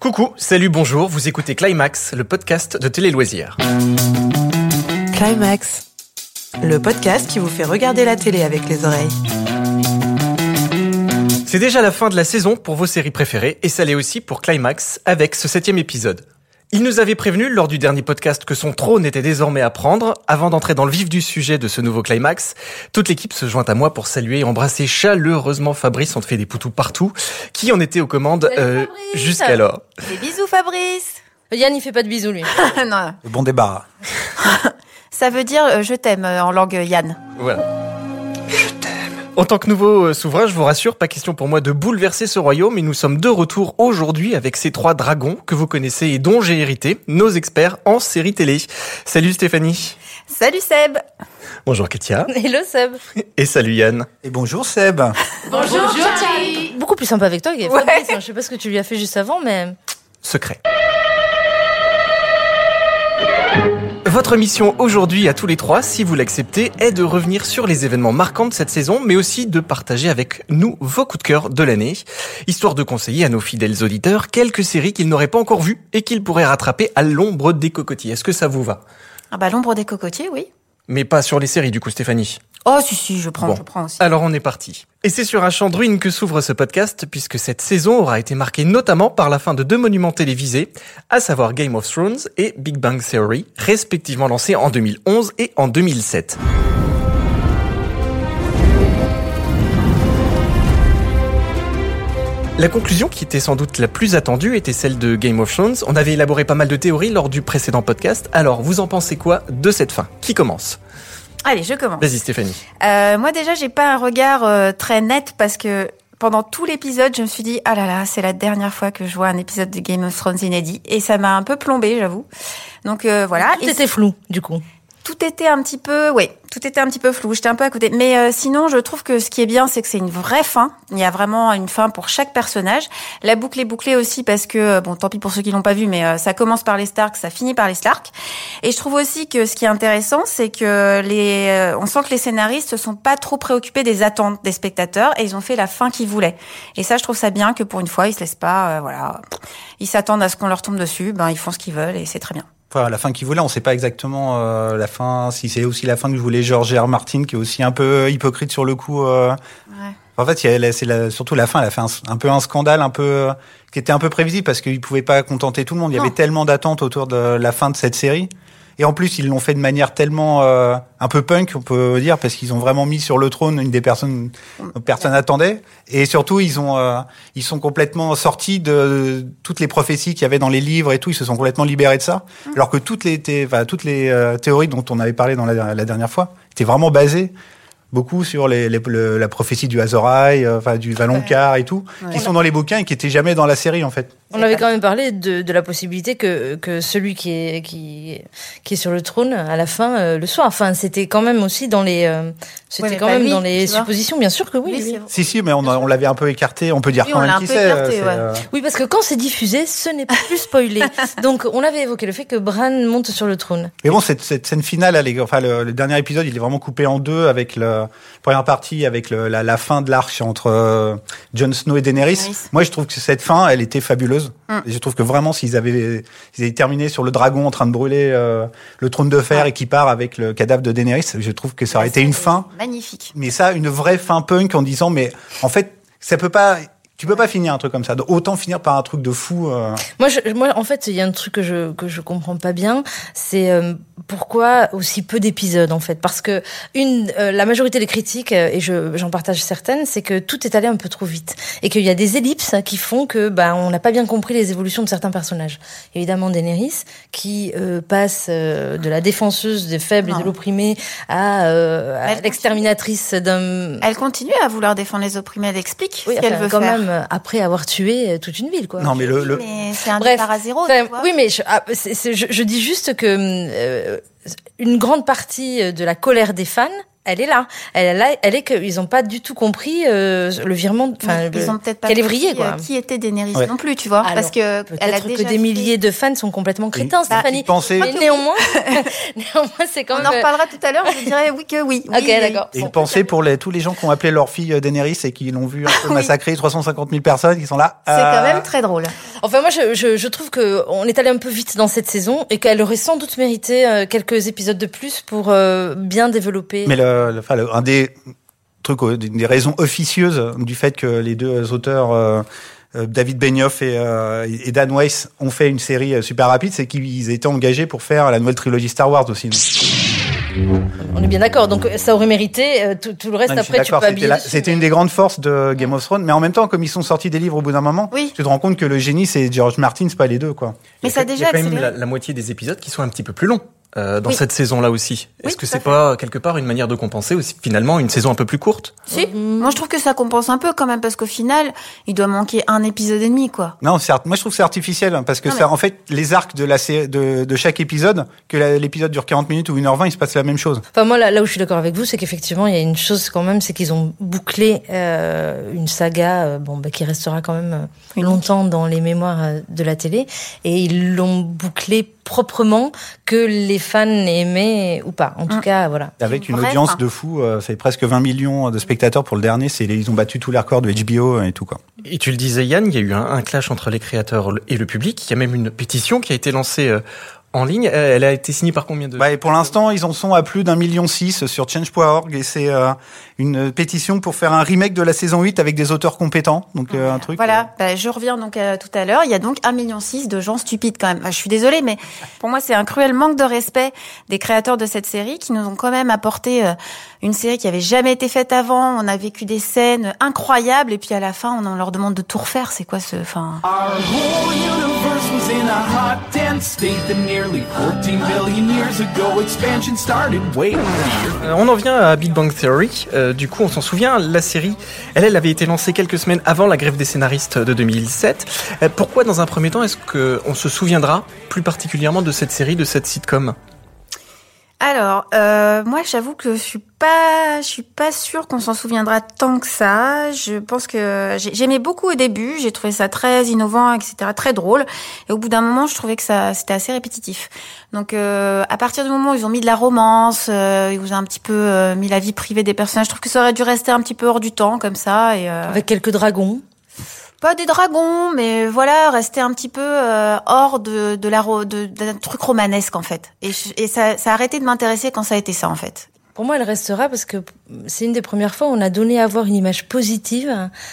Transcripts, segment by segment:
Coucou, salut, bonjour, vous écoutez Climax, le podcast de Télé Loisirs. Climax, le podcast qui vous fait regarder la télé avec les oreilles. C'est déjà la fin de la saison pour vos séries préférées et ça l'est aussi pour Climax avec ce 7e épisode. Il nous avait prévenu lors du dernier podcast que son trône était désormais à prendre. Avant d'entrer dans le vif du sujet de ce nouveau Climax, toute l'équipe se joint à moi pour saluer et embrasser chaleureusement Fabrice. On te fait des poutous partout. Qui en était aux commandes jusqu'alors? Des bisous Fabrice. Yann, il fait pas de bisous, lui. Non. Le bon débarras. Ça veut dire je t'aime en langue Yann. Voilà. En tant que nouveau souverain, je vous rassure, pas question pour moi de bouleverser ce royaume, et nous sommes de retour aujourd'hui avec ces 3 dragons que vous connaissez et dont j'ai hérité, nos experts en séries télé. Salut Stéphanie. Salut Seb. Bonjour Kétia. Hello Seb. Et salut Yann. Et bonjour Seb. Bonjour Thierry. Beaucoup plus sympa avec toi, Fabrice. Je sais pas ce que tu lui as fait juste avant, mais... Secret. Votre mission aujourd'hui à tous les 3, si vous l'acceptez, est de revenir sur les événements marquants de cette saison, mais aussi de partager avec nous vos coups de cœur de l'année, histoire de conseiller à nos fidèles auditeurs quelques séries qu'ils n'auraient pas encore vues et qu'ils pourraient rattraper à l'ombre des cocotiers. Est-ce que ça vous va? Ah bah l'ombre des cocotiers, oui. Mais pas sur les séries du coup, Stéphanie. Oh si, je prends aussi. Alors on est parti. Et c'est sur un champ de ruines que s'ouvre ce podcast, puisque cette saison aura été marquée notamment par la fin de 2 monuments télévisés, à savoir Game of Thrones et Big Bang Theory, respectivement lancés en 2011 et en 2007. La conclusion qui était sans doute la plus attendue était celle de Game of Thrones. On avait élaboré pas mal de théories lors du précédent podcast. Alors, vous en pensez quoi de cette fin? Qui commence? Allez, je commence. Vas-y Stéphanie. Moi déjà, j'ai pas un regard très net parce que pendant tout l'épisode, je me suis dit ah là là, c'est la dernière fois que je vois un épisode de Game of Thrones inédit et ça m'a un peu plombé, j'avoue. Donc voilà. Tout était flou, du coup. Tout était un petit peu flou. J'étais un peu à côté. Mais sinon, je trouve que ce qui est bien, c'est que c'est une vraie fin. Il y a vraiment une fin pour chaque personnage. La boucle est bouclée aussi parce que, bon, tant pis pour ceux qui l'ont pas vu, mais ça commence par les Stark, ça finit par les Stark. Et je trouve aussi que ce qui est intéressant, c'est que on sent que les scénaristes se sont pas trop préoccupés des attentes des spectateurs et ils ont fait la fin qu'ils voulaient. Et ça, je trouve ça bien que pour une fois, ils se laissent pas, ils s'attendent à ce qu'on leur tombe dessus. Ils font ce qu'ils veulent et c'est très bien. Enfin, la fin qu'il voulait, on sait pas exactement la fin, si c'est aussi la fin que voulait George R. Martin, qui est aussi un peu hypocrite sur le coup. Ouais. En fait, surtout la fin, elle a fait un peu un scandale, qui était un peu prévisible parce qu'il pouvait pas contenter tout le monde. Il y avait tellement d'attentes autour de la fin de cette série. Et en plus, ils l'ont fait de manière tellement un peu punk, on peut dire, parce qu'ils ont vraiment mis sur le trône une des personnes que personne n'attendait. Et surtout, ils sont complètement sortis de toutes les prophéties qu'il y avait dans les livres et tout. Ils se sont complètement libérés de ça. Alors que toutes les théories dont on avait parlé dans la dernière fois étaient vraiment basées beaucoup sur la prophétie du Azor Ahai, du Valonqar et tout, qui sont dans les bouquins et qui étaient jamais dans la série en fait. On avait quand même parlé de la possibilité que celui qui est sur le trône à la fin le soit. Enfin, c'était quand même aussi dans les dans les suppositions, bien sûr que oui. Si, mais on l'avait un peu écarté. On peut dire quand même qui c'est. Oui, parce que quand c'est diffusé, ce n'est plus spoilé. Donc, on avait évoqué le fait que Bran monte sur le trône. Mais bon, cette scène finale, le dernier épisode, il est vraiment coupé en deux avec la première partie avec la fin de l'arc entre Jon Snow et Daenerys. Moi, je trouve que cette fin, elle était fabuleuse. Et je trouve que vraiment, s'ils avaient terminé sur le dragon en train de brûler le trône de fer et qui part avec le cadavre de Daenerys, je trouve que ça aurait été une fin magnifique. Mais ça, une vraie fin punk en disant, mais en fait, tu peux pas finir un truc comme ça. Autant finir par un truc de fou. Moi, en fait, il y a un truc que je comprends pas bien, c'est pourquoi aussi peu d'épisodes en fait, parce que la majorité des critiques et j'en partage certaines, c'est que tout est allé un peu trop vite et qu'il y a des ellipses qui font que on n'a pas bien compris les évolutions de certains personnages. Évidemment, Daenerys qui passe de la défenseuse des faibles et de l'opprimé à l'exterminatrice d'un. Elle continue à vouloir défendre les opprimés. Elle explique ce qu'elle veut quand faire. Même après avoir tué toute une ville, quoi. Non, mais mais c'est un départ à zéro. Tu vois. Oui, mais je dis juste que une grande partie de la colère des fans elle est là. Elle est qu'ils ont pas du tout compris le virement. Enfin, ils ont peut-être pas qu'elle est vrillée, quoi. Qui était Daenerys non plus, tu vois, alors, parce que elle a déjà que des milliers de fans sont complètement crétins, Stéphanie. Mais néanmoins, c'est quand même. On en reparlera tout à l'heure. Je dirais oui. Ok, d'accord. Et une pensée pour tous les gens qui ont appelé leur fille Daenerys et qui l'ont vu un peu massacrer 350 000 personnes qui sont là. C'est quand même très drôle. Enfin, moi, je trouve que on est allé un peu vite dans cette saison et qu'elle aurait sans doute mérité quelques épisodes de plus pour bien développer. Mais un des trucs, des raisons officieuses du fait que les deux auteurs, David Benioff et Dan Weiss, ont fait une série super rapide, c'est qu'ils étaient engagés pour faire la nouvelle trilogie Star Wars aussi. On est bien d'accord, donc ça aurait mérité tout le reste. Après, tu peux habiller. C'était une des grandes forces de Game of Thrones, mais en même temps, comme ils sont sortis des livres au bout d'un moment, tu te rends compte que le génie, c'est George Martin, c'est pas les deux, quoi. Mais ça a déjà accéléré. Il y a quand même la moitié des épisodes qui sont un petit peu plus longs. Dans cette saison-là aussi. Est-ce que c'est pas quelque part une manière de compenser aussi finalement une saison un peu plus courte? Si. Moi je trouve que ça compense un peu quand même parce qu'au final, il doit manquer un épisode et demi, quoi. Non, moi je trouve que c'est artificiel parce que en fait les arcs de chaque épisode, que l'épisode dure 40 minutes ou 1h20, il se passe la même chose. Enfin moi là où je suis d'accord avec vous, c'est qu'effectivement il y a une chose quand même, c'est qu'ils ont bouclé une saga qui restera quand même longtemps dans les mémoires de la télé, et ils l'ont bouclé proprement, que les fans aimaient ou pas. En tout cas, voilà. Avec une audience de fou, c'est presque 20 millions de spectateurs pour le dernier. Ils ont battu tous les records de HBO et tout, quoi. Et tu le disais, Yann, il y a eu un clash entre les créateurs et le public. Il y a même une pétition qui a été lancée en ligne. Elle a été signée par combien de... Et pour l'instant, ils en sont à plus d'1,6 million sur change.org, et c'est une pétition pour faire un remake de la saison 8 avec des auteurs compétents. Donc un truc. Voilà, je reviens donc tout à l'heure. Il y a donc 1,6 million de gens stupides quand même. Je suis désolée, mais pour moi, c'est un cruel manque de respect des créateurs de cette série qui nous ont quand même apporté une série qui avait jamais été faite avant. On a vécu des scènes incroyables et puis à la fin, on leur demande de tout refaire. C'est quoi ce... Enfin... On en vient à Big Bang Theory. Du coup, on s'en souvient, la série, elle avait été lancée quelques semaines avant la grève des scénaristes de 2007. Pourquoi, dans un premier temps, est-ce qu'on se souviendra plus particulièrement de cette série, de cette sitcom ? Alors, moi, j'avoue que je suis pas sûre qu'on s'en souviendra tant que ça. Je pense que j'aimais beaucoup au début, j'ai trouvé ça très innovant, etc., très drôle. Et au bout d'un moment, je trouvais que c'était assez répétitif. Donc, à partir du moment où ils ont mis de la romance, ils ont un petit peu mis la vie privée des personnages, je trouve que ça aurait dû rester un petit peu hors du temps, comme ça. Et, avec quelques dragons. Pas des dragons, mais voilà, rester un petit peu hors d'un truc romanesque en fait. Et ça a arrêté de m'intéresser quand ça a été ça en fait. Pour moi, elle restera parce que c'est une des premières fois où on a donné à voir une image positive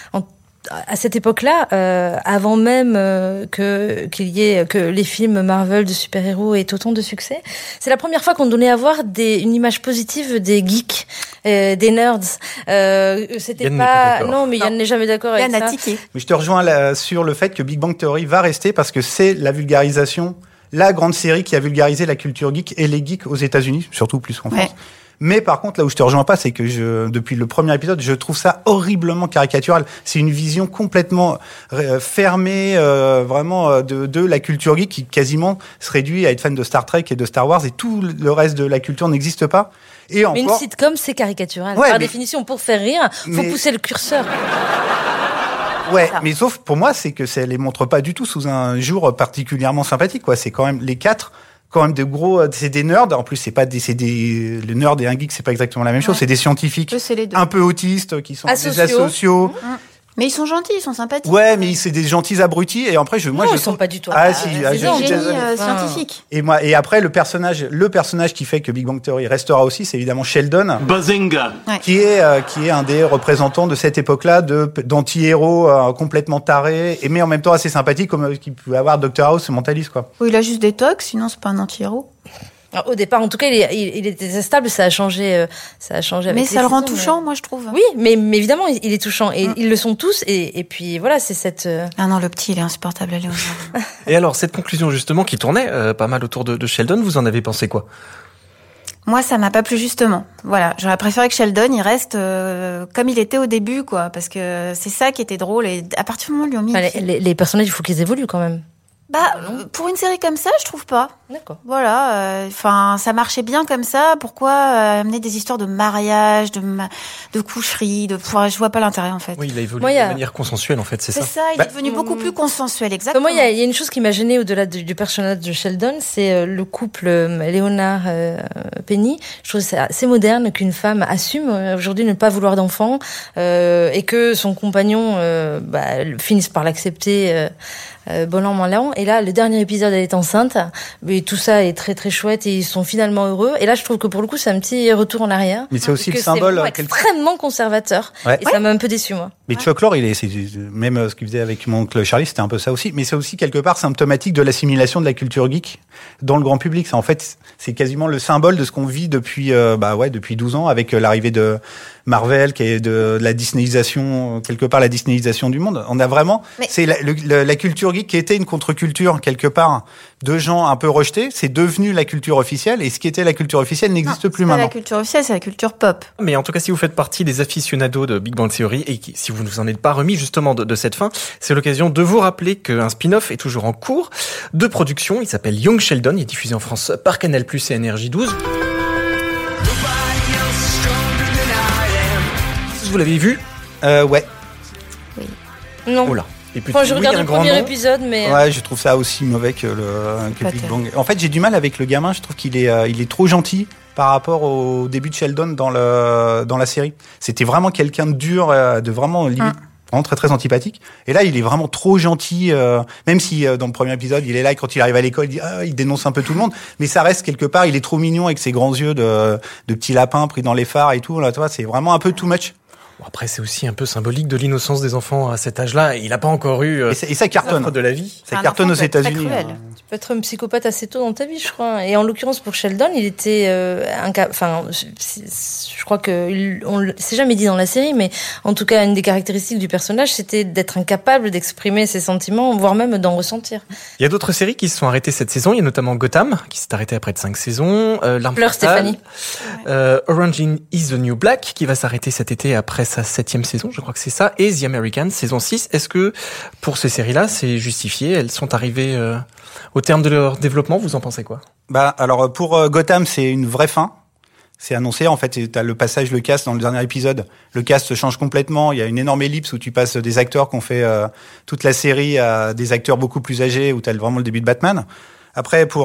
à cette époque-là, avant même que les films Marvel de super-héros aient autant de succès. C'est la première fois qu'on donnait à voir une image positive des geeks, des nerds. C'était Yann pas... n'est pas non, mais Yann n'est jamais d'accord avec ça. Yann a tiqué. Mais je te rejoins sur le fait que Big Bang Theory va rester parce que c'est la vulgarisation, la grande série qui a vulgarisé la culture geek et les geeks aux États-Unis, surtout plus qu'en France. Mais par contre, là où je te rejoins pas, c'est que depuis le premier épisode, je trouve ça horriblement caricatural. C'est une vision complètement fermée, vraiment de la culture geek qui quasiment se réduit à être fan de Star Trek et de Star Wars, et tout le reste de la culture n'existe pas. Et encore... Mais une sitcom, c'est caricatural. Par définition, pour faire rire, faut pousser le curseur. Ouais, mais sauf pour moi, c'est que ça les montre pas du tout sous un jour particulièrement sympathique, quoi. C'est quand même les quatre. Quand même c'est des nerds. En plus, le nerd et un geek, c'est pas exactement la même chose. C'est des scientifiques un peu autistes qui sont des asociaux. Mais ils sont gentils, ils sont sympathiques. Ouais, mais c'est des gentils abrutis. Et après, ils sont pas du tout. Scientifiques. Et après, le personnage qui fait que Big Bang Theory restera aussi, c'est évidemment Sheldon. Bazinga. Qui est un des représentants de cette époque-là, d'anti-héros complètement tarés, mais en même temps assez sympathique, comme qu'il pouvait avoir Dr House, mentaliste, quoi. Oui, il a juste des tocs, sinon c'est pas un anti-héros. Alors, au départ, en tout cas, il est détestable. Ça a changé avec. Mais ça le rend touchant, moi, je trouve. Oui, mais évidemment, il est touchant, et ils le sont tous. Et puis voilà, c'est cette. Ah non, le petit, il est insupportable. Allez, Et alors, cette conclusion justement qui tournait pas mal autour de Sheldon, vous en avez pensé quoi ? Moi, ça m'a pas plu justement. Voilà, j'aurais préféré que Sheldon, il reste comme il était au début, quoi, parce que c'est ça qui était drôle. Et à partir du moment où ils lui ont mis les personnages, il faut qu'ils évoluent quand même. Pour une série comme ça, je trouve pas. D'accord. Voilà, ça marchait bien comme ça. Pourquoi amener des histoires de mariage, de coucherie, je vois pas l'intérêt en fait. Oui, il a évolué de manière consensuelle en fait, c'est ça. C'est ça, il est devenu beaucoup plus consensuel, exactement. Moi, il y a une chose qui m'a gênée au-delà du personnage de Sheldon, c'est le couple Léonard Penny. Je trouve c'est assez moderne qu'une femme assume aujourd'hui ne pas vouloir d'enfant et que son compagnon finisse par l'accepter. Bon an, mal an. Et là, le dernier épisode, elle est enceinte. Mais tout ça est très très chouette et ils sont finalement heureux. Et là, je trouve que pour le coup, c'est un petit retour en arrière. Mais c'est aussi le symbole extrêmement conservateur. Ouais. Et ça m'a un peu déçu, moi. Mais Chuck Lorre, même ce qu'il faisait avec mon oncle Charlie, c'était un peu ça aussi. Mais c'est aussi quelque part symptomatique de l'assimilation de la culture geek dans le grand public. En fait, c'est quasiment le symbole de ce qu'on vit depuis 12 ans avec l'arrivée de Marvel, qui est de la Disneyisation, quelque part la Disneyisation du monde. On a vraiment, c'est la culture geek qui était une contre-culture quelque part de gens un peu rejetés, c'est devenu la culture officielle et ce qui était la culture officielle n'existe plus maintenant. La culture officielle, c'est la culture pop. Mais en tout cas, si vous faites partie des aficionados de Big Bang Theory et si vous ne vous en êtes pas remis justement de cette fin, c'est l'occasion de vous rappeler qu'un spin-off est toujours en cours de production. Il s'appelle Young Sheldon, il est diffusé en France par Canal+ et Énergie 12. Vous l'avez vu ? Ouais. Oui. Non. Oh là. Et puis, je regarde le premier épisode, mais... Ouais, je trouve ça aussi mauvais que Big Bang. En fait, j'ai du mal avec le gamin. Je trouve qu'il est trop gentil par rapport au début de Sheldon dans la série. C'était vraiment quelqu'un de dur, de vraiment limite... Vraiment très très antipathique. Et là, il est vraiment trop gentil, même si dans le premier épisode, il est là et quand il arrive à l'école, il dénonce un peu tout le monde. Mais ça reste quelque part, il est trop mignon avec ses grands yeux de petit lapin pris dans les phares et tout. Là, tu vois, c'est vraiment un peu too much. Après, c'est aussi un peu symbolique de l'innocence des enfants à cet âge-là. Il n'a pas encore eu et ça cartonne de la vie. Ça cartonne aux États-Unis. Tu peux être un psychopathe assez tôt dans ta vie, je crois. Et en l'occurrence pour Sheldon, il était je crois que c'est jamais dit dans la série, mais en tout cas, une des caractéristiques du personnage, c'était d'être incapable d'exprimer ses sentiments, voire même d'en ressentir. Il y a d'autres séries qui se sont arrêtées cette saison. Il y a notamment Gotham, qui s'est arrêté après 5 saisons. L'arme Pleure fatale, Stéphanie. Orange is the New Black, qui va s'arrêter cet été après sa 7e saison, je crois que c'est ça, et The Americans, saison 6. Est-ce que pour ces séries-là, c'est justifié ? Elles sont arrivées au terme de leur développement, vous en pensez quoi ? Alors pour Gotham, c'est une vraie fin. C'est annoncé, en fait, t'as le passage, le cast dans le dernier épisode. Le cast change complètement. Il y a une énorme ellipse où tu passes des acteurs qui ont fait toute la série à des acteurs beaucoup plus âgés, où t'as vraiment le début de Batman. Après, pour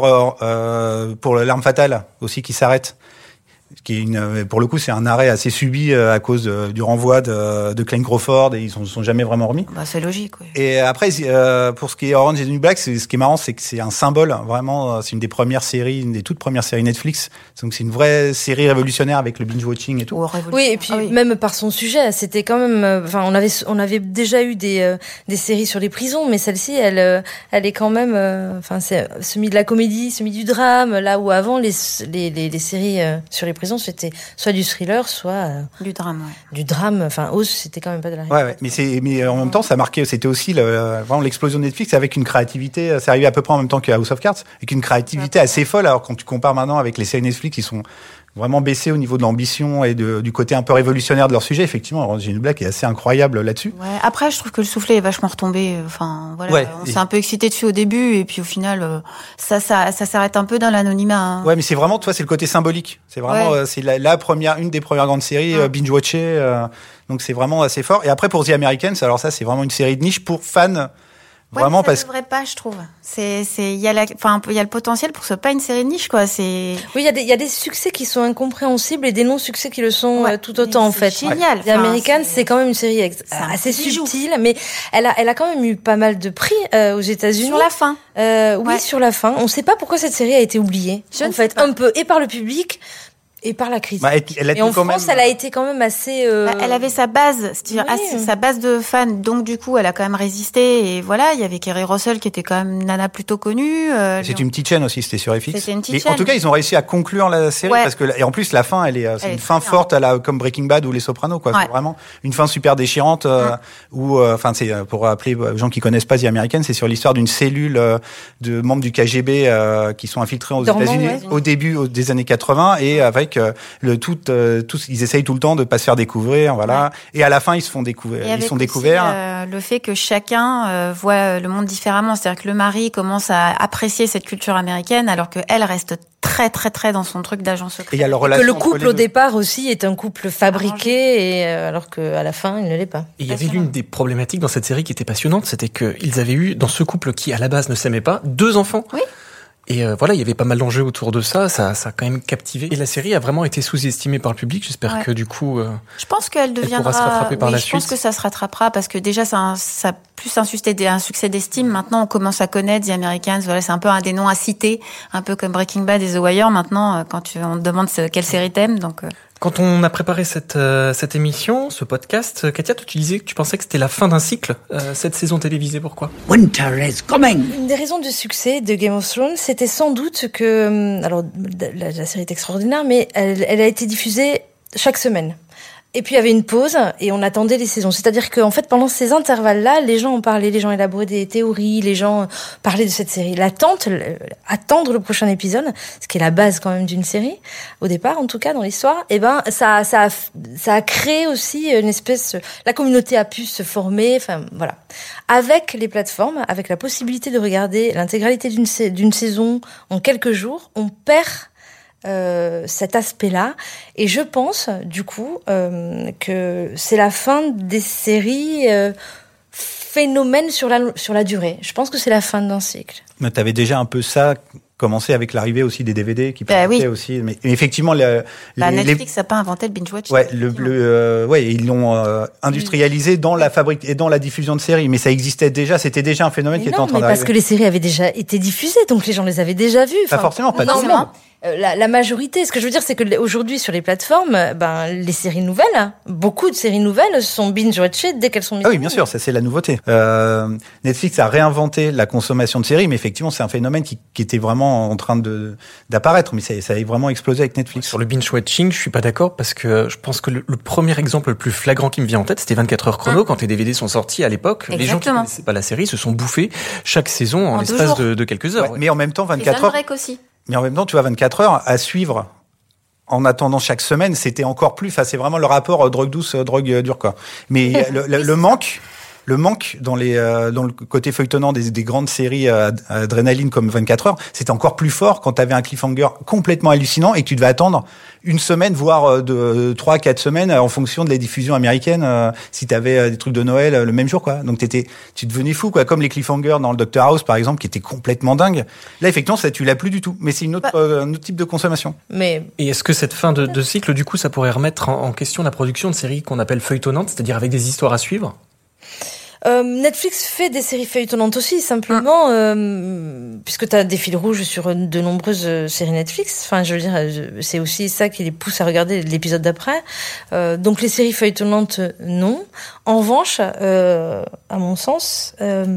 l'arme fatale aussi qui s'arrête, qui est pour le coup, c'est un arrêt assez subi à cause du renvoi de Klein Crawford et ils sont jamais vraiment remis. C'est logique. Oui. Et après, pour ce qui est Orange is the New Black, ce qui est marrant, c'est que c'est un symbole. Vraiment, c'est une des toutes premières séries Netflix. Donc c'est une vraie série révolutionnaire avec le binge watching et tout. Oui, et puis même par son sujet, c'était quand même. On avait déjà eu des séries sur les prisons, mais celle-ci, elle est quand même. C'est semi de la comédie, semi du drame. Là où avant les séries sur les prisons, c'était soit du thriller, soit du drame. Ouais. Du drame. Oz, c'était quand même pas de la réalité. Ouais. Mais en même temps, ça marquait. C'était aussi vraiment l'explosion de Netflix avec une créativité. C'est arrivé à peu près en même temps que House of Cards, avec une créativité assez folle. Alors quand tu compares maintenant avec les séries Netflix, ils sont vraiment baissés au niveau de l'ambition et du côté un peu révolutionnaire de leur sujet. Effectivement, Orange is the New Black est assez incroyable là-dessus. Ouais. Après, je trouve que le soufflet est vachement retombé. On s'est un peu excité dessus au début et puis au final, ça s'arrête un peu dans l'anonymat. Hein. Ouais, mais c'est vraiment, c'est le côté symbolique. C'est vraiment, c'est une des premières grandes séries binge-watchées. Donc c'est vraiment assez fort. Et après pour The Americans, alors ça c'est vraiment une série de niche pour fans. Vraiment ça devrait pas, je trouve. Il y a le potentiel pour que ce soit pas une série de niche, quoi. Oui, il y a des succès qui sont incompréhensibles et des non-succès qui le sont tout autant, en fait. C'est génial. The Americans, c'est quand même une série assez subtile, mais elle a quand même eu pas mal de prix aux États-Unis. Sur la fin. Oui, sur la fin. On sait pas pourquoi cette série a été oubliée. En fait, un peu, et par le public, et par la critique. Et en France, elle a été quand même assez... elle avait sa base, c'est-à-dire sa base de fans, donc du coup, elle a quand même résisté. Et voilà, il y avait Kerry Russell qui était quand même une nana plutôt connue. C'est une petite chaîne aussi, c'était sur FX. C'était une petite chaîne. En tout cas, ils ont réussi à conclure la série parce que et en plus la fin, c'est une fin forte comme Breaking Bad ou Les Sopranos, quoi. C'est vraiment une fin super déchirante où, c'est pour rappeler aux gens qui connaissent pas The Americans, c'est sur l'histoire d'une cellule de membres du KGB qui sont infiltrés aux États-Unis au début des années 80 et avec que ils essayent tout le temps de pas se faire découvrir, voilà. Ouais. Et à la fin, ils se font découvrir. Ils sont découverts. Le fait que chacun voit le monde différemment, c'est-à-dire que le mari commence à apprécier cette culture américaine, alors que elle reste très très très dans son truc d'agent secret. Et que le couple au départ aussi est un couple fabriqué, alors qu'à la fin, il ne l'est pas. Et il y avait l'une des problématiques dans cette série qui était passionnante, c'était qu'ils avaient eu, dans ce couple qui à la base ne s'aimait pas, 2 enfants. Oui. Et voilà, il y avait pas mal d'enjeux autour de ça a quand même captivé. Et la série a vraiment été sous-estimée par le public. J'espère que du coup, je pense qu'elle deviendra. Elle pourra se rattraper par la suite. Je pense que ça se rattrapera parce que déjà ça a plus un succès d'estime. Maintenant, on commence à connaître The Americans. Voilà, c'est un peu un des noms à citer, un peu comme Breaking Bad et The Wire. Maintenant, quand on te demande quelle série t'aimes, donc. Quand on a préparé cette émission, ce podcast, Katia, tu disais que tu pensais que c'était la fin d'un cycle, cette saison télévisée. Pourquoi ? Winter is coming. Une des raisons du succès de Game of Thrones, c'était sans doute que, alors la série est extraordinaire, mais elle a été diffusée chaque semaine. Et puis il y avait une pause et on attendait les saisons. C'est-à-dire qu'en fait, pendant ces intervalles-là, les gens en parlaient, les gens élaboraient des théories, les gens parlaient de cette série. L'attente, attendre le prochain épisode, ce qui est la base quand même d'une série, au départ en tout cas dans l'histoire, ça a créé aussi une espèce... La communauté a pu se former, enfin voilà. Avec les plateformes, avec la possibilité de regarder l'intégralité d'une saison en quelques jours, on perd... cet aspect-là, et je pense du coup que c'est la fin des séries phénomènes sur la durée. Je pense que c'est la fin d'un cycle. Mais t'avais déjà un peu ça commencé avec l'arrivée aussi des DVD qui permettaient aussi. Mais effectivement, Netflix n'a pas inventé le binge-watching. Ouais, ils l'ont industrialisé dans la fabrique et dans la diffusion de séries. Mais ça existait déjà, c'était déjà un phénomène qui était en train d'arriver. Parce que les séries avaient déjà été diffusées, donc les gens les avaient déjà vues. Pas forcément, pas tout le monde. La majorité, ce que je veux dire, c'est que aujourd'hui sur les plateformes, les séries nouvelles, beaucoup de séries nouvelles sont binge-watchées dès qu'elles sont mises. Ah oui, bien sûr, ça c'est la nouveauté. Netflix a réinventé la consommation de séries, mais effectivement, c'est un phénomène qui était vraiment en train d'apparaître, mais ça a vraiment explosé avec Netflix. Sur le binge-watching, je suis pas d'accord parce que je pense que le premier exemple le plus flagrant qui me vient en tête, c'était 24 heures chrono quand les DVD sont sortis à l'époque. Exactement. Les gens qui connaissaient pas la série se sont bouffés chaque saison en l'espace de quelques heures. Ouais. Mais en même temps, 24 heures. Aussi. Mais en même temps, tu vois, 24 heures à suivre en attendant chaque semaine, c'était encore plus. Enfin, c'est vraiment le rapport drogue douce, drogue dure, quoi. Mais le manque dans le côté feuilletonnant des grandes séries adrénaline comme 24 heures, c'était encore plus fort quand t'avais un cliffhanger complètement hallucinant et que tu devais attendre une semaine, voire 3-4 semaines en fonction de la diffusion américaine, si t'avais des trucs de Noël le même jour, quoi. Donc tu devenais fou, quoi. Comme les cliffhangers dans le Dr House, par exemple, qui étaient complètement dingues. Là, effectivement, ça, tu l'as plus du tout. Mais c'est un autre type de consommation. Et est-ce que cette fin de cycle, du coup, ça pourrait remettre en question la production de séries qu'on appelle feuilletonnantes, c'est-à-dire avec des histoires à suivre? Netflix fait des séries feuilletonnantes aussi, simplement, puisque tu as des fils rouges sur de nombreuses séries Netflix. Enfin, je veux dire, c'est aussi ça qui les pousse à regarder l'épisode d'après. Donc les séries feuilletonnantes, non. En revanche, à mon sens,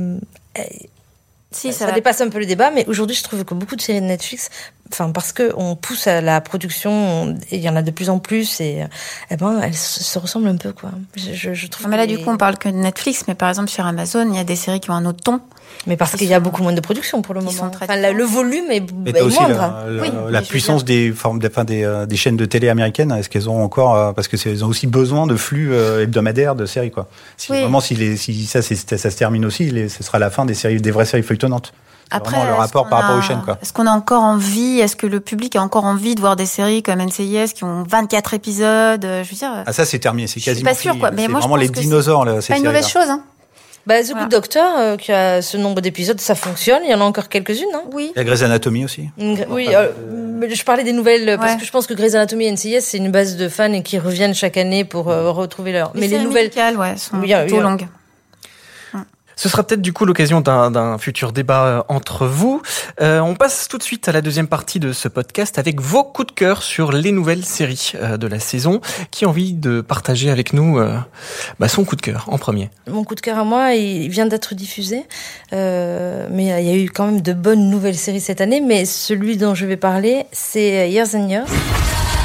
ça dépasse un peu le débat, mais aujourd'hui, je trouve que beaucoup de séries de Netflix, parce que on pousse à la production, et il y en a de plus en plus, et elles se ressemblent un peu, quoi. Je trouve. Mais là, du coup, on parle que de Netflix, mais par exemple sur Amazon, il y a des séries qui ont un autre ton. Mais parce qu'il y a beaucoup moins de production pour le moment. Le volume est moindre. La puissance des chaînes de télé américaines, est-ce qu'elles ont encore, parce que elles ont aussi besoin de flux hebdomadaires de séries, quoi. Vraiment, si ça se termine aussi, ce sera la fin des vraies séries feuilletonnantes. Après, le rapport par rapport aux chaînes, quoi. Est-ce qu'on a encore envie, est-ce que le public a encore envie de voir des séries comme NCIS qui ont 24 épisodes, je veux dire. Ah, ça, c'est terminé, c'est quasiment. Je suis pas sûre, quoi. Mais c'est moi, vraiment les dinosaures, là, c'est pas une mauvaise chose, hein. The Good Doctor, qui a ce nombre d'épisodes, ça fonctionne. Il y en a encore quelques-unes, hein. Oui. Il y a Grey's Anatomy aussi. Oui, je parlais des nouvelles, parce que je pense que Grey's Anatomy et NCIS, c'est une base de fans et qui reviennent chaque année pour retrouver leur. Mais les nouvelles sont plutôt longues. Ce sera peut-être du coup l'occasion d'un futur débat entre vous. On passe tout de suite à la deuxième partie de ce podcast avec vos coups de cœur sur les nouvelles séries de la saison. Qui a envie de partager avec nous son coup de cœur en premier? Mon coup de cœur à moi, il vient d'être diffusé, mais il y a eu quand même de bonnes nouvelles séries cette année. Mais celui dont je vais parler, c'est Years and Years.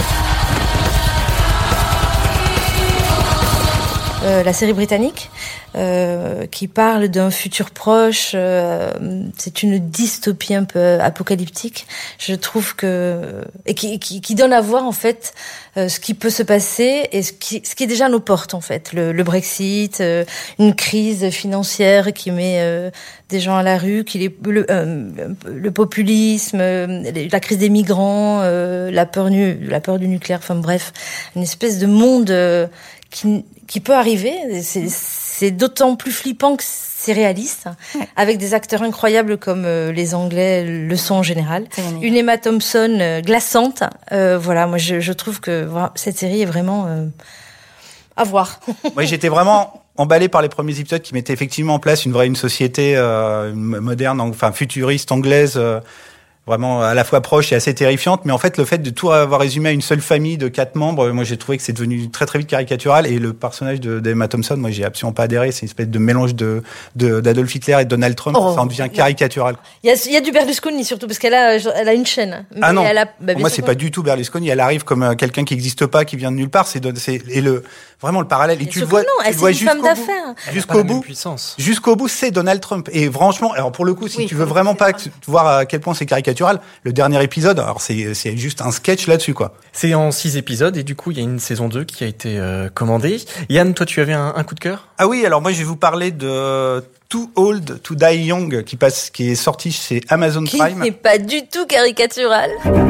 La série britannique, qui parle d'un futur proche. C'est une dystopie un peu apocalyptique. Je trouve et qui donne à voir en fait ce qui peut se passer et ce qui est déjà à nos portes en fait. Le Brexit, une crise financière qui met des gens à la rue, le populisme, la crise des migrants, la peur du nucléaire. Enfin bref, une espèce de monde qui peut arriver. C'est d'autant plus flippant que c'est réaliste, avec des acteurs incroyables comme les Anglais le sont en général. Une Emma Thompson glaçante. Voilà, moi je trouve que cette série est vraiment à voir. Moi, j'étais vraiment emballé par les premiers épisodes qui mettaient effectivement en place une société moderne, enfin futuriste anglaise. Vraiment à la fois proche et assez terrifiante, mais en fait le fait de tout avoir résumé à une seule famille de 4 membres, moi j'ai trouvé que c'est devenu très très vite caricatural, et le personnage d'Emma Thompson, moi j'ai absolument pas adhéré. C'est une espèce de mélange d'Adolf Hitler et de Donald Trump. Ça en devient caricatural. Il y a du Berlusconi surtout parce qu'elle a une chaîne. Ah non, pour moi c'est pas du tout Berlusconi. Elle arrive comme quelqu'un qui n'existe pas, qui vient de nulle part. Vraiment le parallèle. Et tu le vois, jusqu'au bout, c'est Donald Trump. Et franchement, alors pour le coup, si tu veux vraiment pas voir à quel point c'est caricatural, le dernier épisode, alors c'est juste un sketch là-dessus, quoi. C'est en 6 épisodes et du coup, il y a une saison 2 qui a été commandée. Yann, toi, tu avais un coup de cœur? Ah oui, alors moi, je vais vous parler de Too Old to Die Young, qui est sorti chez Amazon Prime. Qui n'est pas du tout caricatural.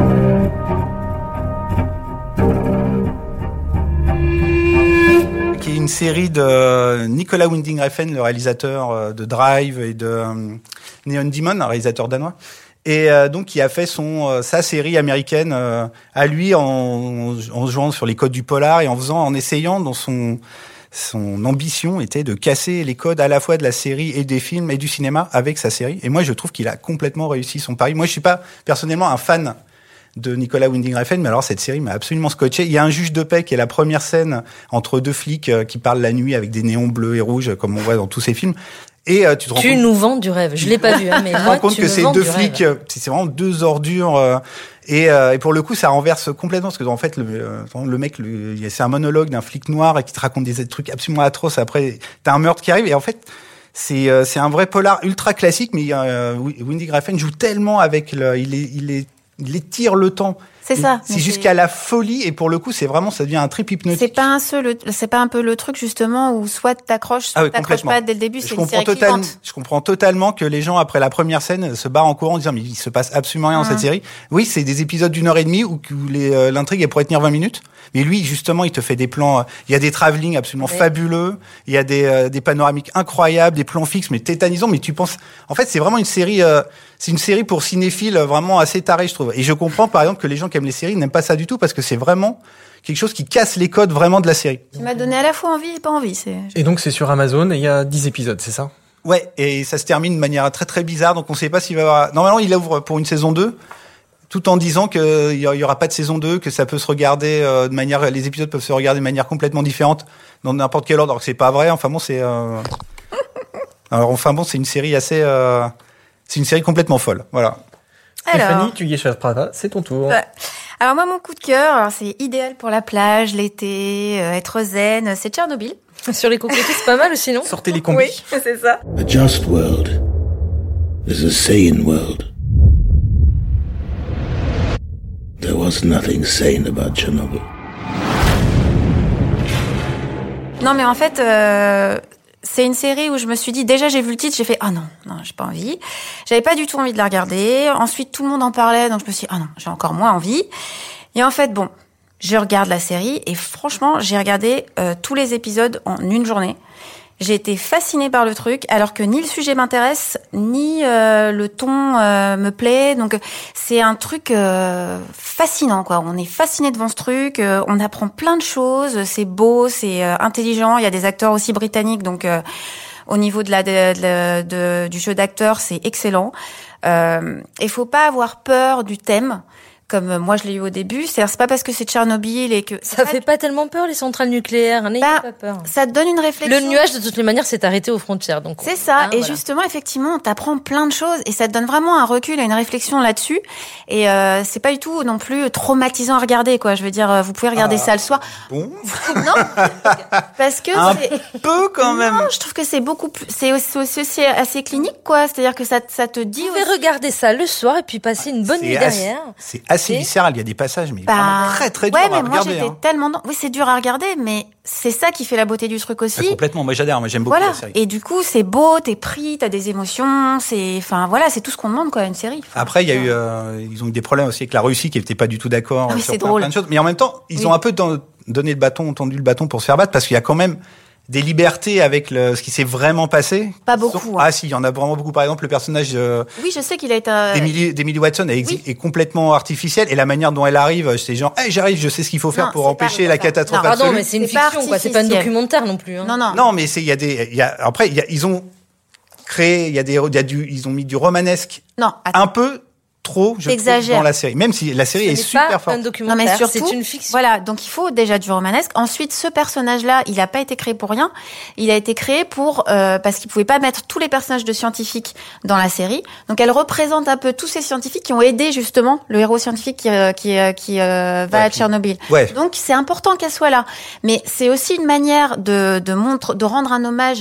Qui est une série de Nicolas Winding Refn, le réalisateur de Drive et de Neon Demon, un réalisateur danois. Et donc qui a fait sa série américaine à lui en jouant sur les codes du polar et en essayant dans son ambition était de casser les codes à la fois de la série et des films et du cinéma avec sa série. Et moi je trouve qu'il a complètement réussi son pari. Moi je suis pas personnellement un fan de Nicolas Winding Refn, mais alors cette série m'a absolument scotché. Il y a un juge de paix qui est la première scène entre deux flics qui parlent la nuit avec des néons bleus et rouges comme on voit dans tous ces films. Et tu nous vends du rêve. Je l'ai pas vu, mais tu te rends compte que ces deux flics, c'est vraiment deux ordures. Et pour le coup, ça renverse complètement parce que en fait, le mec, c'est un monologue d'un flic noir qui te raconte des trucs absolument atroces. Après, t'as un meurtre qui arrive et en fait, c'est un vrai polar ultra classique. Mais Winding Refn joue tellement avec il étire le temps. C'est ça. C'est jusqu'à la folie, et pour le coup, ça devient un trip hypnotique. C'est pas un peu le truc, justement, où soit t'accroches, soit t'accroches pas dès le début, c'est une série clivante. Je comprends totalement que les gens, après la première scène, se barrent en courant en disant, mais il se passe absolument rien dans cette série. Oui, c'est des épisodes d'1h30 où l'intrigue, elle pourrait tenir 20 minutes. Mais lui, justement, il te fait des plans, il y a des travelling absolument fabuleux, il y a des panoramiques incroyables, des plans fixes, mais tétanisants, mais tu penses, en fait, c'est vraiment une série pour cinéphiles vraiment assez tarés, je trouve. Et je comprends, par exemple, que les gens qui aiment les séries n'aiment pas ça du tout, parce que c'est vraiment quelque chose qui casse les codes vraiment de la série. Tu m'as donné à la fois envie et pas envie. Et donc, c'est sur Amazon, et il y a 10 épisodes, c'est ça? Ouais, et ça se termine de manière très très bizarre, donc on sait pas s'il va y avoir... Normalement, il ouvre pour une saison 2, tout en disant qu'il y aura pas de saison 2, que ça peut se regarder les épisodes peuvent se regarder de manière complètement différente, dans n'importe quel ordre, alors que c'est pas vrai. Enfin bon, c'est une série assez... c'est une série complètement folle, voilà. Stéphanie, tu y es chez Prada, c'est ton tour. Ouais. Alors moi, mon coup de cœur, c'est idéal pour la plage, l'été, être zen, c'est Tchernobyl. Sur les cocotiers, c'est pas mal aussi, non? Sortez les combis. Oui, c'est ça. A just world is a sane world. There was nothing sane about Chernobyl. Non, mais en fait, c'est une série où je me suis dit, déjà j'ai vu le titre, j'ai fait, non, j'ai pas envie. J'avais pas du tout envie de la regarder. Ensuite, tout le monde en parlait, donc je me suis dit, non, j'ai encore moins envie. Et en fait, bon, je regarde la série et franchement, j'ai regardé tous les épisodes en une journée. J'ai été fascinée par le truc, alors que ni le sujet m'intéresse, ni le ton me plaît. Donc c'est un truc fascinant, quoi. On est fasciné devant ce truc, on apprend plein de choses, c'est beau, c'est intelligent. Il y a des acteurs aussi britanniques, donc au niveau du jeu d'acteurs, c'est excellent. Il faut pas avoir peur du thème. comme moi je l'ai eu au début. C'est pas parce que c'est Tchernobyl et que ça fait pas tellement peur les centrales nucléaires. N'ayez pas peur. Ça te donne une réflexion. Le nuage de toutes les manières s'est arrêté aux frontières, donc. C'est ça. Et justement, effectivement, on t'apprend plein de choses et ça te donne vraiment un recul et une réflexion là-dessus. Et c'est pas du tout non plus traumatisant à regarder, quoi. Je veux dire, vous pouvez regarder ça le soir. Bon. Non, parce que un peu quand même. Non, je trouve que c'est beaucoup plus. C'est aussi assez clinique, quoi. C'est-à-dire que ça te dit. Vous pouvez regarder ça le soir et puis passer une bonne nuit derrière. C'est assez viscéral. Il y a des passages, mais vraiment très très durs à regarder. Ouais, mais moi j'étais tellement. Oui, c'est dur à regarder, mais c'est ça qui fait la beauté du truc aussi. Complètement. Moi j'adore. Moi j'aime beaucoup la série. Et du coup, c'est beau, t'es pris, t'as des émotions. C'est tout ce qu'on demande, quoi, une série. Après, il y a eu, ils ont eu des problèmes aussi avec la Russie qui n'était pas du tout d'accord sur plein de choses. Mais en même temps, ils ont un peu tendu le bâton pour se faire battre parce qu'il y a quand même des libertés avec ce qui s'est vraiment passé. Pas beaucoup. Ah si, il y en a vraiment beaucoup. Par exemple, le personnage oui, je sais qu'il a été d'Emily Watson est complètement artificiel et la manière dont elle arrive, c'est genre hey, j'arrive, je sais ce qu'il faut faire pour empêcher la catastrophe absolue. Pardon, mais c'est une fiction, quoi. C'est pas un documentaire non plus. Hein. Non, mais ils ont mis du romanesque. Non, un peu trop, je trouve, dans la série. Même si la série est super forte. Un documentaire, mais surtout, c'est une fiction. Voilà, donc il faut déjà du romanesque. Ensuite, ce personnage-là, il a pas été créé pour rien. Il a été créé pour parce qu'il pouvait pas mettre tous les personnages de scientifiques dans la série. Donc elle représente un peu tous ces scientifiques qui ont aidé justement le héros scientifique qui va à Tchernobyl. Ouais. Donc c'est important qu'elle soit là. Mais c'est aussi une manière de rendre un hommage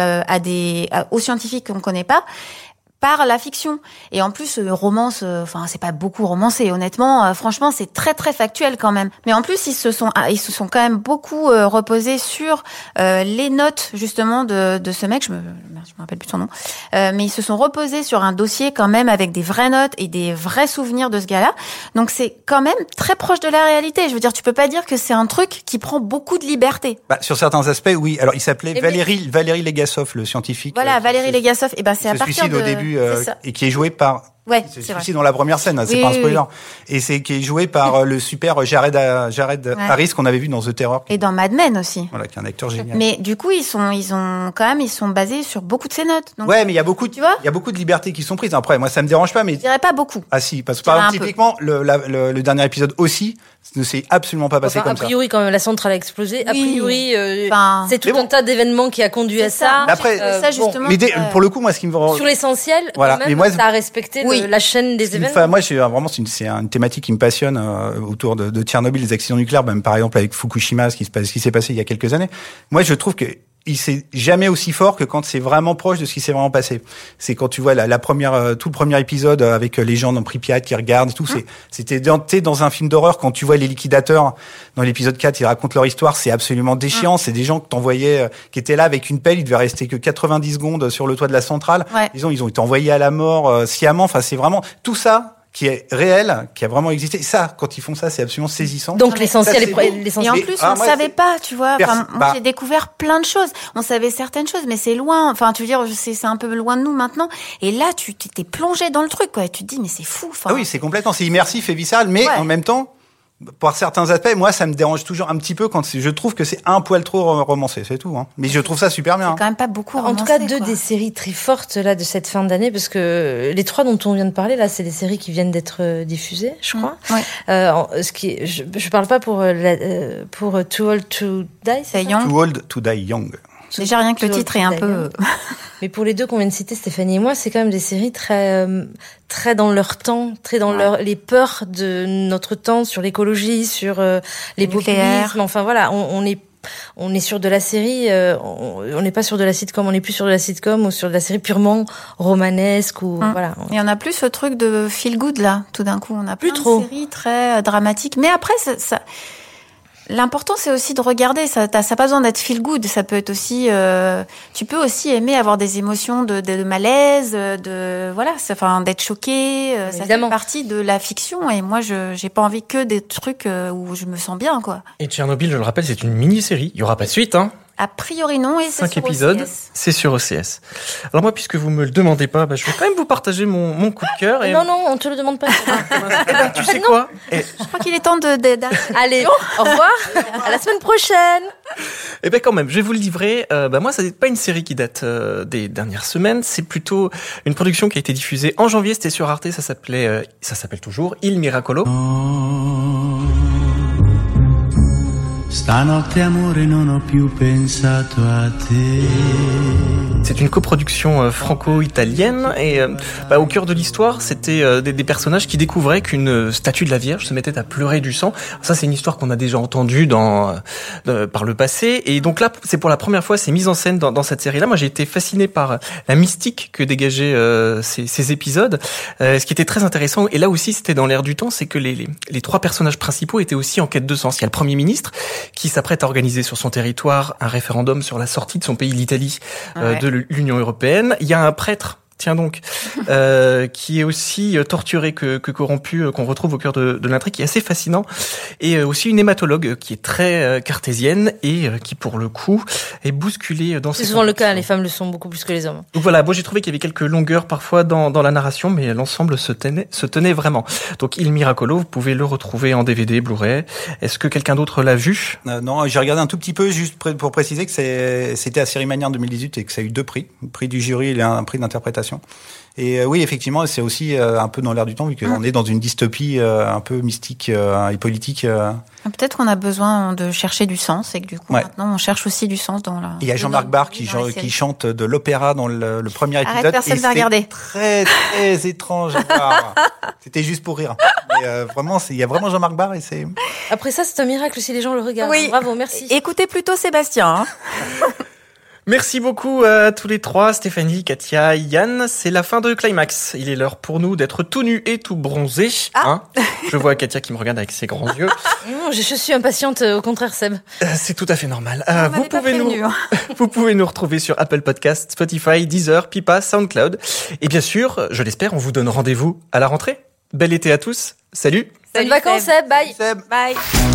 aux scientifiques qu'on connaît pas. Par la fiction. Et en plus, romance, c'est pas beaucoup romancé, honnêtement. Franchement, c'est très très factuel quand même. Mais en plus, ils se sont quand même beaucoup reposés sur les notes justement de ce mec. Je me rappelle plus son nom. Mais ils se sont reposés sur un dossier quand même avec des vraies notes et des vrais souvenirs de ce gars-là. Donc c'est quand même très proche de la réalité. Je veux dire, tu peux pas dire que c'est un truc qui prend beaucoup de liberté. Sur certains aspects, oui. Alors, il s'appelait Valéry Legasov, le scientifique. Voilà, Valéry Legasov. Et c'est à partir de... au début. Et qui est joué par c'est vrai. dans la première scène, c'est pas un spoiler. Et c'est qui est joué par le super Jared Harris qu'on avait vu dans The Terror. Et dans Mad Men aussi. Voilà, qui est un acteur génial. Mais du coup, ils sont basés sur beaucoup de ces notes. Donc, mais il y a beaucoup de libertés qui sont prises. Après, moi, ça me dérange pas, mais. Je dirais pas beaucoup. Ah si, parce que par exemple, typiquement, le dernier épisode aussi, ne s'est absolument pas passé comme ça. A priori, quand même, la centrale a explosé. A priori, c'est tout un tas d'événements qui a conduit à ça. Après, ça justement. Mais pour le coup, moi, ce qui me sur l'essentiel, voilà. Quand même, ça a respecté la chaîne des événements. Moi, c'est une thématique qui me passionne autour de Tchernobyl, les accidents nucléaires, même par exemple avec Fukushima, ce qui s'est passé il y a quelques années. Moi, je trouve que il c'est jamais aussi fort que quand c'est vraiment proche de ce qui s'est vraiment passé. C'est quand tu vois tout le premier épisode avec les gens dans Pripyat qui regardent et tout. C'était dans un film d'horreur quand tu vois les liquidateurs dans l'épisode 4, ils racontent leur histoire. C'est absolument déchirant. C'est des gens que t'envoyais, qui étaient là avec une pelle. Ils devaient rester que 90 secondes sur le toit de la centrale. Ouais. Ils ont été envoyés à la mort sciemment. Enfin, c'est vraiment tout ça qui est réel, qui a vraiment existé. Ça, quand ils font ça, c'est absolument saisissant. Donc l'essentiel est l'essentiel. Et en plus, on savait pas, tu vois. Moi, j'ai découvert plein de choses. On savait certaines choses, mais c'est loin. Enfin, tu veux dire, c'est un peu loin de nous maintenant. Et là, tu t'es plongé dans le truc, quoi. Et tu te dis, mais c'est fou. Ah oui, c'est immersif et viscéral, mais en même temps, par certains aspects, moi, ça me dérange toujours un petit peu quand je trouve que c'est un poil trop romancé, c'est tout. Hein. Mais je trouve ça super bien. C'est quand même pas beaucoup romancé. En tout cas, deux des séries très fortes là de cette fin d'année, parce que les trois dont on vient de parler là, c'est des séries qui viennent d'être diffusées, je crois. Je parle pas pour Too Old to Die, c'est ça? Too Old to Die Young. Déjà rien que le titre est un peu. Mais pour les deux qu'on vient de citer, Stéphanie et moi, c'est quand même des séries très dans leur temps, très dans les peurs de notre temps sur l'écologie, sur les populismes. Enfin voilà, on est sur de la série, on n'est pas sur de la sitcom, on n'est plus sur de la sitcom ou sur de la série purement romanesque ou voilà. Et on a plus ce truc de feel good là, tout d'un coup, on a plus plein trop de séries très dramatiques. Mais après, ça l'important, c'est aussi de regarder. Ça n'a pas besoin d'être feel good. Ça peut être aussi. Tu peux aussi aimer avoir des émotions de malaise, d'être choqué. Ça fait partie de la fiction. Et moi, j'ai pas envie que des trucs où je me sens bien, quoi. Et Tchernobyl, je le rappelle, c'est une mini-série. Il y aura pas de suite, hein. A priori non, et c'est 5 sur épisodes, OCS. c'est sur OCS. Alors moi, puisque vous me le demandez pas, je vais quand même vous partager mon coup de cœur. Et... Non, on te le demande pas. tu sais quoi Je crois qu'il est temps d'arrêter. Allez, au revoir. À la semaine prochaine. Eh ben quand même, je vais vous le livrer. Moi, ça n'est pas une série qui date des dernières semaines. C'est plutôt une production qui a été diffusée en janvier. C'était sur Arte. Ça s'appelle toujours Il Miracolo. Stanotte amore non ho più pensato a te. C'est une coproduction franco-italienne et au cœur de l'histoire, c'était des personnages qui découvraient qu'une statue de la Vierge se mettait à pleurer du sang. Ça, c'est une histoire qu'on a déjà entendue par le passé. Et donc là, c'est pour la première fois, c'est mis en scène dans cette série-là. Moi, j'ai été fasciné par la mystique que dégageaient ces épisodes. Ce qui était très intéressant, et là aussi, c'était dans l'air du temps, c'est que les trois personnages principaux étaient aussi en quête de sens. Il y a le Premier ministre qui s'apprête à organiser sur son territoire un référendum sur la sortie de son pays, l'Italie, de l'Union européenne. Il y a un prêtre, tiens donc, qui est aussi torturé que corrompu, qu'on retrouve au cœur de l'intrigue, qui est assez fascinant, et aussi une hématologue qui est très cartésienne et qui, pour le coup, est bousculée dans ses... C'est souvent le cas, les femmes le sont beaucoup plus que les hommes. Donc voilà, moi j'ai trouvé qu'il y avait quelques longueurs parfois dans la narration, mais l'ensemble se tenait vraiment. Donc Il Miracolo, vous pouvez le retrouver en DVD, Blu-ray. Est-ce que quelqu'un d'autre l'a vu? Non, j'ai regardé un tout petit peu, juste pour préciser que c'était à Série Mania en 2018 et que ça a eu 2 prix. Un prix du jury et un prix d'interprétation. Et oui, effectivement, c'est aussi un peu dans l'air du temps, vu qu'on est dans une dystopie un peu mystique et politique. Peut-être qu'on a besoin de chercher du sens et que du coup, maintenant, on cherche aussi du sens dans la... Il y a Jean-Marc Barr qui chante de l'opéra dans le premier épisode. Arrête, personne va regarder. Très, très étrange à voir. C'était juste pour rire. Mais vraiment, il y a vraiment Jean-Marc Barr et c'est... Après ça, c'est un miracle si les gens le regardent. Oui. Bravo, merci. Écoutez plutôt Sébastien. Merci beaucoup à tous les trois, Stéphanie, Katia, Yann. C'est la fin de Climax. Il est l'heure pour nous d'être tout nus et tout bronzés. Je vois Katia qui me regarde avec ses grands yeux. Je suis impatiente, au contraire, Seb. C'est tout à fait normal. Vous pouvez nous retrouver sur Apple Podcasts, Spotify, Deezer, Pipa, SoundCloud. Et bien sûr, je l'espère, on vous donne rendez-vous à la rentrée. Bel été à tous. Salut. Bonnes vacances, Seb. Bye. Seb. Bye.